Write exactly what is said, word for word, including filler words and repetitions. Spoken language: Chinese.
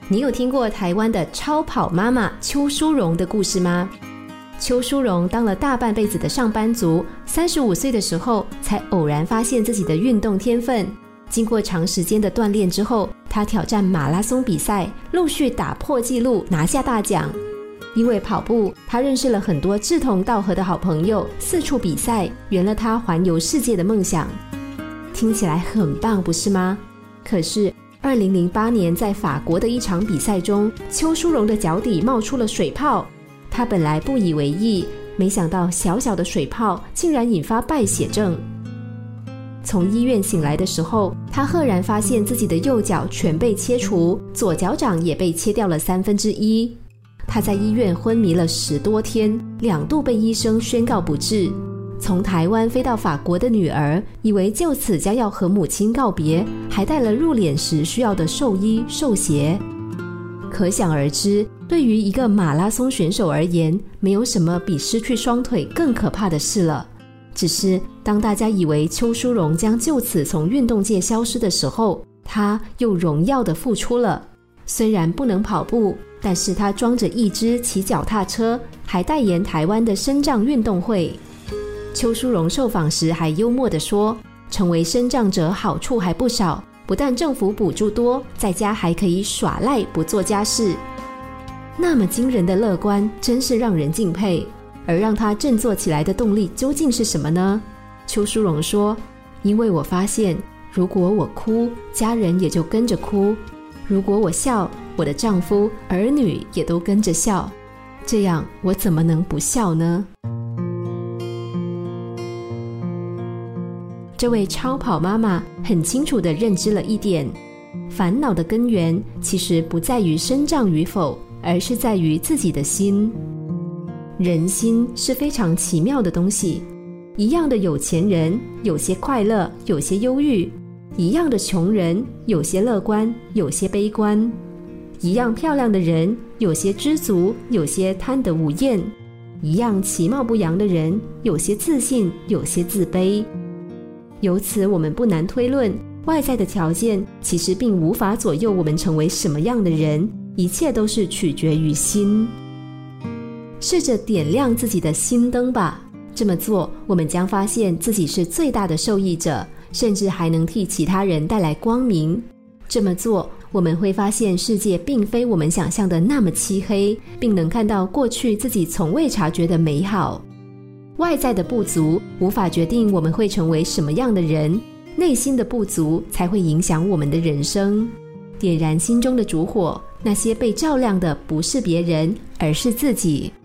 你有听过台湾的超跑妈妈邱淑蓉的故事吗？邱淑蓉当了大半辈子的上班族，三十五岁的时候才偶然发现自己的运动天分。经过长时间的锻炼之后，她挑战马拉松比赛，陆续打破纪录，拿下大奖。因为跑步，她认识了很多志同道合的好朋友，四处比赛，圆了她环游世界的梦想。听起来很棒，不是吗？可是二零零八年在法国的一场比赛中，邱淑蓉的脚底冒出了水泡。她本来不以为意，没想到小小的水泡竟然引发败血症。从医院醒来的时候，她赫然发现自己的右脚全被切除，左脚掌也被切掉了三分之一。她在医院昏迷了十多天，两度被医生宣告不治。从台湾飞到法国的女儿，以为就此将要和母亲告别，还带了入殓时需要的寿衣寿鞋。可想而知，对于一个马拉松选手而言，没有什么比失去双腿更可怕的事了。只是当大家以为邱淑蓉将就此从运动界消失的时候，她又荣耀地复出了。虽然不能跑步，但是她装着一只骑脚踏车，还代言台湾的身障运动会。邱淑蓉受访时还幽默地说，成为身障者好处还不少，不但政府补助多，在家还可以耍赖不做家事。那么惊人的乐观，真是让人敬佩。而让她振作起来的动力究竟是什么呢？邱淑蓉说，因为我发现如果我哭，家人也就跟着哭，如果我笑，我的丈夫儿女也都跟着笑，这样我怎么能不笑呢？这位超跑妈妈很清楚地认知了一点，烦恼的根源其实不在于身障与否，而是在于自己的心。人心是非常奇妙的东西，一样的有钱人，有些快乐，有些忧郁；一样的穷人，有些乐观，有些悲观；一样漂亮的人，有些知足，有些贪得无厌；一样其貌不扬的人，有些自信，有些自卑。由此我们不难推论，外在的条件其实并无法左右我们成为什么样的人，一切都是取决于心。试着点亮自己的心灯吧，这么做我们将发现自己是最大的受益者，甚至还能替其他人带来光明。这么做我们会发现世界并非我们想象的那么漆黑，并能看到过去自己从未察觉的美好。外在的不足无法决定我们会成为什么样的人，内心的不足才会影响我们的人生。点燃心中的烛火，那些被照亮的不是别人，而是自己。